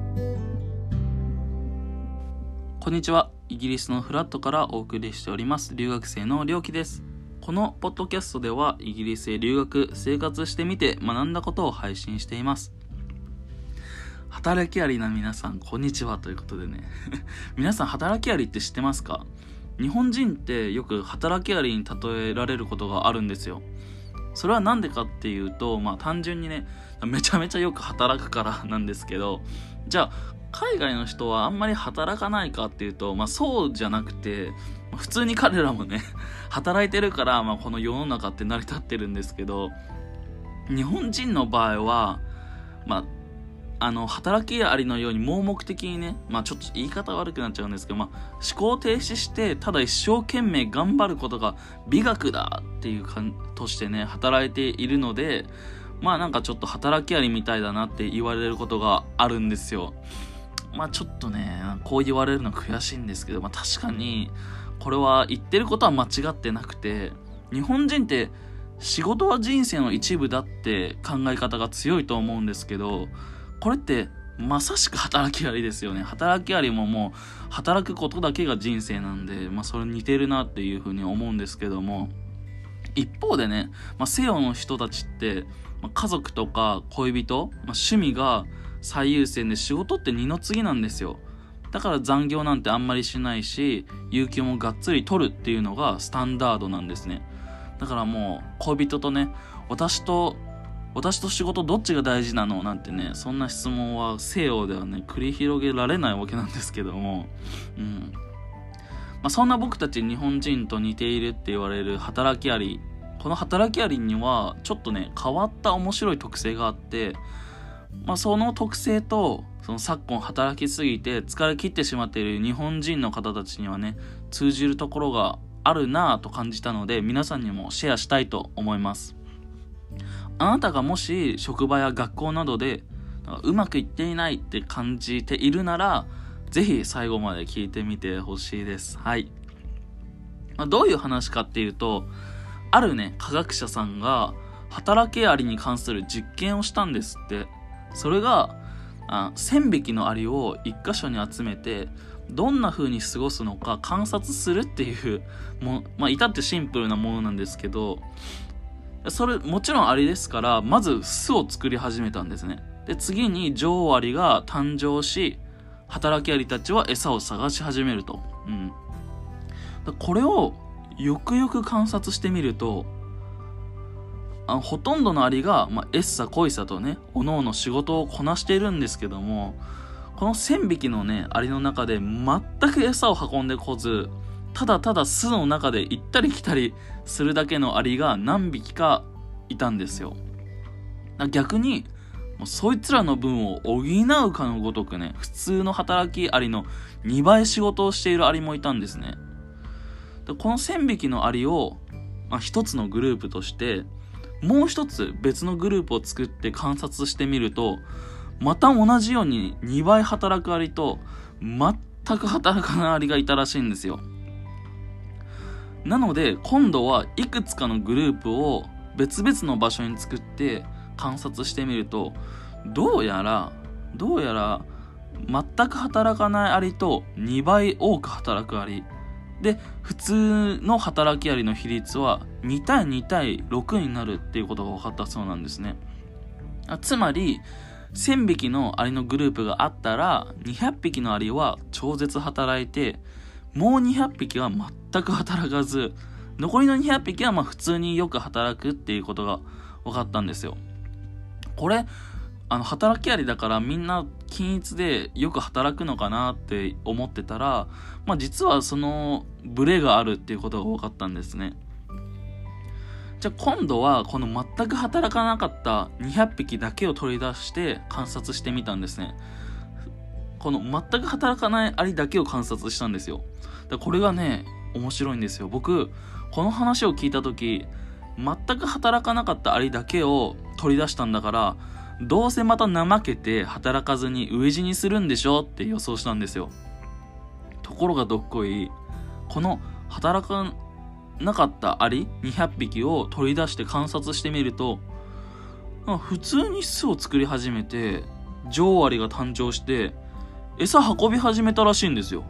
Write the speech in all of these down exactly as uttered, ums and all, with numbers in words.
こんにちは。イギリスのフラットからお送りしております留学生のりょうきです。このポッドキャストではイギリスへ留学生活してみて学んだことを配信しています。働きありな皆さんこんにちはということでね皆さん働きありって知ってますか？日本人ってよく働きありに例えられることがあるんですよ。それはなんでかっていうと、まあ単純にねめちゃめちゃよく働くからなんですけど、じゃあ海外の人はあんまり働かないかっていうと、まあそうじゃなくて、普通に彼らもね働いてるから、まあこの世の中って成り立ってるんですけど、日本人の場合はまああの働きありのように盲目的にね、まあちょっと言い方悪くなっちゃうんですけど、まあ思考停止してただ一生懸命頑張ることが美学だっていうかとしてね働いているので、まあなんかちょっと働きありみたいだなって言われることがあるんですよ。まあちょっとねこう言われるの悔しいんですけど、まあ確かにこれは言ってることは間違ってなくて、日本人って仕事は人生の一部だって考え方が強いと思うんですけど、これってまさしく働きありですよね。働きありももう働くことだけが人生なんで、まあそれ似てるなっていうふうに思うんですけども、一方でね、まあ、西洋の人たちって、まあ、家族とか恋人、まあ、趣味が最優先で仕事って二の次なんですよ。だから残業なんてあんまりしないし、有給もがっつり取るっていうのがスタンダードなんですね。だからもう恋人とね、私と私と仕事どっちが大事なのなんてね、そんな質問は西洋ではね繰り広げられないわけなんですけども、うんまあ、そんな僕たち日本人と似ているって言われる働きあり、この働きありにはちょっとね変わった面白い特性があって、まあ、その特性とその昨今働きすぎて疲れ切ってしまっている日本人の方たちにはね通じるところがあるなぁと感じたので、皆さんにもシェアしたいと思います。あなたがもし職場や学校などでうまくいっていないって感じているなら、ぜひ最後まで聞いてみてほしいです。はい、まあ、どういう話かっていうと、あるね科学者さんが働きアリに関する実験をしたんですって。それがあせんびきのアリを一箇所に集めてどんな風に過ごすのか観察するっていうも、まあ、至ってシンプルなものなんですけど、それもちろんアリですから、まず巣を作り始めたんですね。で次に女王アリが誕生し、働きアリたちは餌を探し始めると、うん、これをよくよく観察してみると、あほとんどのアリが、まあ、エッサコイサとねおのおの仕事をこなしているんですけども、このせんびきのねアリの中で全く餌を運んでこず、ただただ巣の中で行ったり来たりするだけのアリが何匹かいたんですよ。逆にもうそいつらの分を補うかのごとくね、普通の働きアリのにばい仕事をしているアリもいたんですね。でこのせんびきのアリを、まあ、一つのグループとしてもう一つ別のグループを作って観察してみると、また同じようににばい働くアリと全く働かないアリがいたらしいんですよ。なので今度はいくつかのグループを別々の場所に作って観察してみると、どうやらどうやら全く働かないアリとにばい多く働くアリで、普通の働きアリの比率はにたいにたいろくになるっていうことが分かったそうなんですね。あつまりせんびきのアリのグループがあったらにひゃくびきのアリは超絶働いて、もうにひゃくびきは全く働かず、残りのにひゃくびきはまあ普通によく働くっていうことが分かったんですよ。これあの働きアリだからみんな均一でよく働くのかなって思ってたら、まあ実はそのブレがあるっていうことが分かったんですね。じゃあ今度はこの全く働かなかったにひゃくびきだけを取り出して観察してみたんですね。この全く働かないアリだけを観察したんですよ。だこれがね面白いんですよ。僕この話を聞いた時、全く働かなかったアリだけを取り出したんだから、どうせまた怠けて働かずに飢え死にするんでしょって予想したんですよ。ところがどっこい、この働かなかったアリにひゃくびきを取り出して観察してみると、普通に巣を作り始めて、 女王アリが誕生して餌運び始めたらしいんですよ。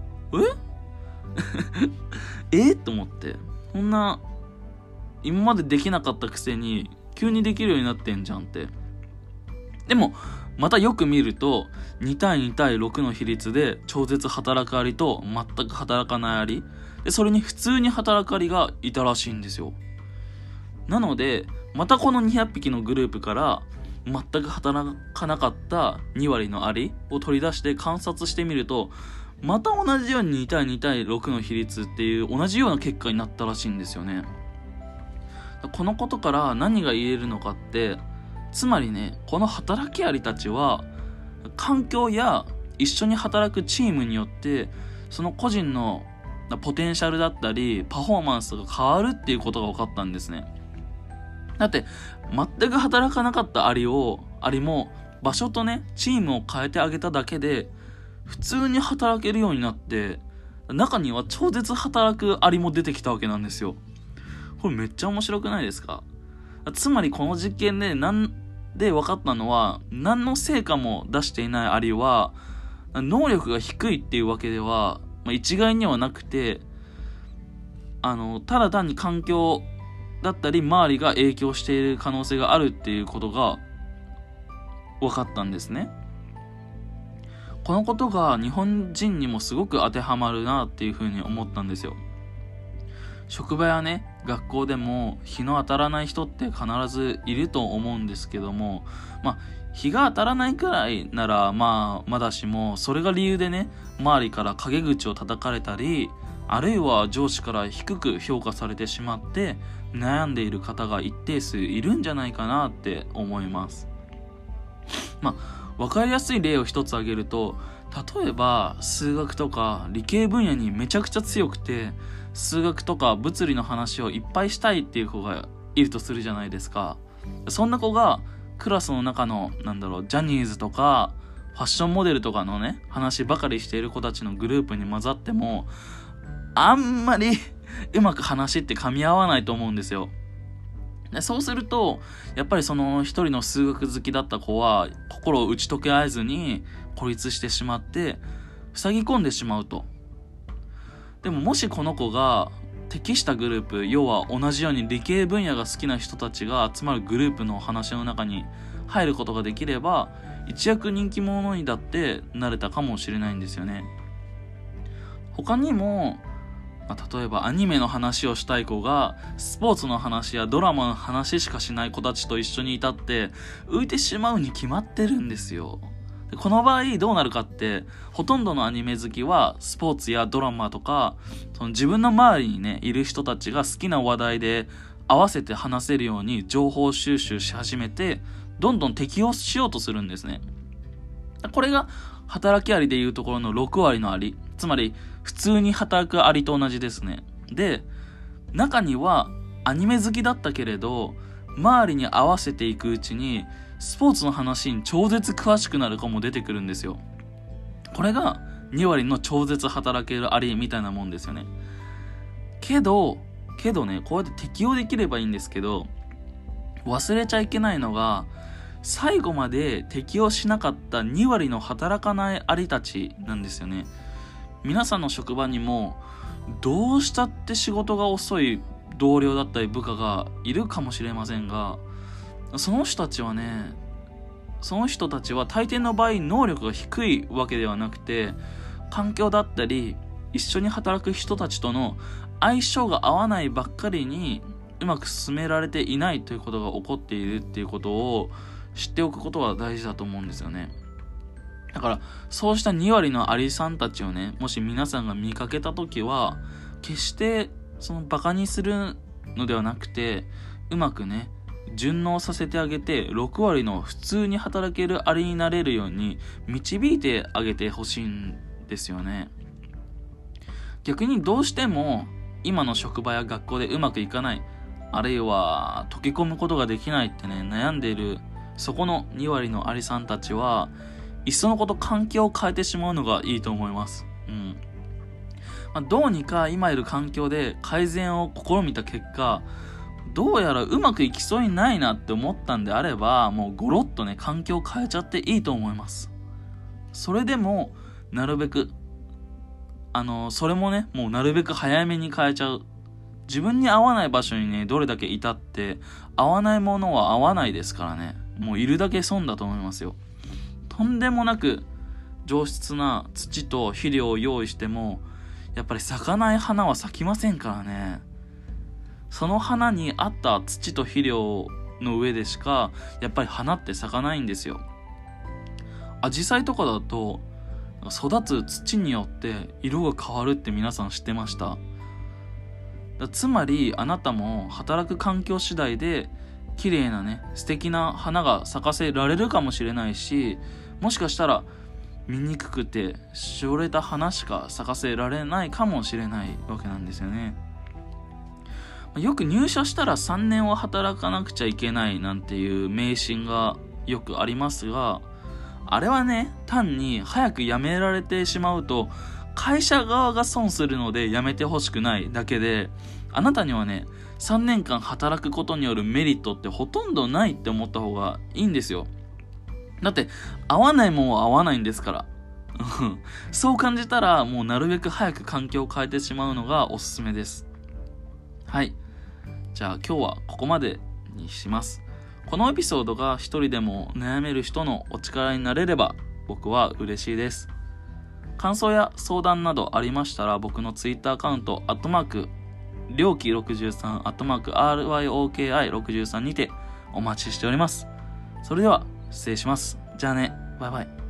ええと思って、こんな今までできなかったくせに急にできるようになってんじゃんって。でもまたよく見るとにたいにたいろくの比率で超絶働くアリと全く働かないアリで、それに普通に働くアリがいたらしいんですよ。なのでまたこのにひゃくぴきのグループから全く働かなかったにわりのアリを取り出して観察してみると、また同じようににたいにたいろくの比率っていう同じような結果になったらしいんですよね。このことから何が言えるのかって、つまりね、この働きアリたちは環境や一緒に働くチームによってその個人のポテンシャルだったりパフォーマンスが変わるっていうことが分かったんですね。だって全く働かなかったアリをアリも場所とねチームを変えてあげただけで普通に働けるようになって、中には超絶働くアリも出てきたわけなんですよ。これめっちゃ面白くないですか？つまりこの実験でなんで分かったのは、何の成果も出していないアリは能力が低いっていうわけでは、まあ、一概にはなくて、あのただ単に環境だったり周りが影響している可能性があるっていうことが分かったんですね。このことが日本人にもすごく当てはまるなっていうふうに思ったんですよ。職場やね学校でも日の当たらない人って必ずいると思うんですけども、まあ日が当たらないくらいならまあまだしも、それが理由でね周りから陰口を叩かれたり、あるいは上司から低く評価されてしまって悩んでいる方が一定数いるんじゃないかなって思います。まあ分かりやすい例を一つ挙げると、例えば数学とか理系分野にめちゃくちゃ強くて数学とか物理の話をいっぱいしたいっていう子がいるとするじゃないですか。そんな子がクラスの中のなんだろうジャニーズとかファッションモデルとかのね話ばかりしている子たちのグループに混ざってもあんまりうまく話って噛み合わないと思うんですよ。でそうするとやっぱりその一人の数学好きだった子は心を打ち解け合えずに孤立してしまって塞ぎ込んでしまうと。でももしこの子が適したグループ、要は同じように理系分野が好きな人たちが集まるグループの話の中に入ることができれば、一躍人気者にだってなれたかもしれないんですよね。他にも、まあ、例えばアニメの話をしたい子がスポーツの話やドラマの話しかしない子たちと一緒にいたって浮いてしまうに決まってるんですよ。この場合どうなるかって、ほとんどのアニメ好きはスポーツやドラマとかその自分の周りにねいる人たちが好きな話題で合わせて話せるように情報収集し始めて、どんどん適応しようとするんですね。これが働きアリでいうところのろくわりのアリ、つまり普通に働くアリと同じですね。で、中にはアニメ好きだったけれど周りに合わせていくうちにスポーツの話に超絶詳しくなる子も出てくるんですよ。これがにわりの超絶働けるアリみたいなもんですよね。けどけどねこうやって適応できればいいんですけど、忘れちゃいけないのが最後まで適応しなかったにわりの働かないアリたちなんですよね。皆さんの職場にもどうしたって仕事が遅い同僚だったり部下がいるかもしれませんが、その人たちはねその人たちは大抵の場合能力が低いわけではなくて、環境だったり一緒に働く人たちとの相性が合わないばっかりにうまく進められていないということが起こっているっていうことを知っておくことは大事だと思うんですよね。だからそうしたにわりのアリさんたちをね、もし皆さんが見かけたときは決してそのバカにするのではなくて、うまくね順応させてあげてろくわりの普通に働けるアリになれるように導いてあげてほしいんですよね。逆にどうしても今の職場や学校でうまくいかない、あるいは溶け込むことができないってね悩んでいるそこのにわりのアリさんたちは、いっそのこと環境を変えてしまうのがいいと思います。うん。まあ、どうにか今いる環境で改善を試みた結果、 どうやらうまくいきそうにないなって思ったんであれば、もうゴロッとね環境を変えちゃっていいと思います。それでもなるべくあのそれもねもうなるべく早めに変えちゃう。自分に合わない場所にねどれだけいたって合わないものは合わないですからね。もういるだけ損だと思いますよ。とんでもなく上質な土と肥料を用意してもやっぱり咲かない花は咲きませんからね。その花に合った土と肥料の上でしかやっぱり花って咲かないんですよ。アジサイとかだと育つ土によって色が変わるって皆さん知ってました？だつまりあなたも働く環境次第で綺麗なね素敵な花が咲かせられるかもしれないし、もしかしたら醜くてしおれた花しか咲かせられないかもしれないわけなんですよね。よく入社したらさんねんは働かなくちゃいけないなんていう迷信がよくありますが、あれはね単に早く辞められてしまうと会社側が損するので辞めてほしくないだけで、あなたにはねさんねんかん働くことによるメリットってほとんどないって思った方がいいんですよ。だって合わないもんは合わないんですからそう感じたらもうなるべく早く環境を変えてしまうのがおすすめです。はい、じゃあ今日はここまでにします。このエピソードが一人でも悩める人のお力になれれば僕は嬉しいです。感想や相談などありましたら僕のツイッターアカウントアットマークりょうきろくじゅうさんアットマーク アールワイオーケーアイろくじゅうさん にてお待ちしております。それでは失礼します。じゃあね、バイバイ。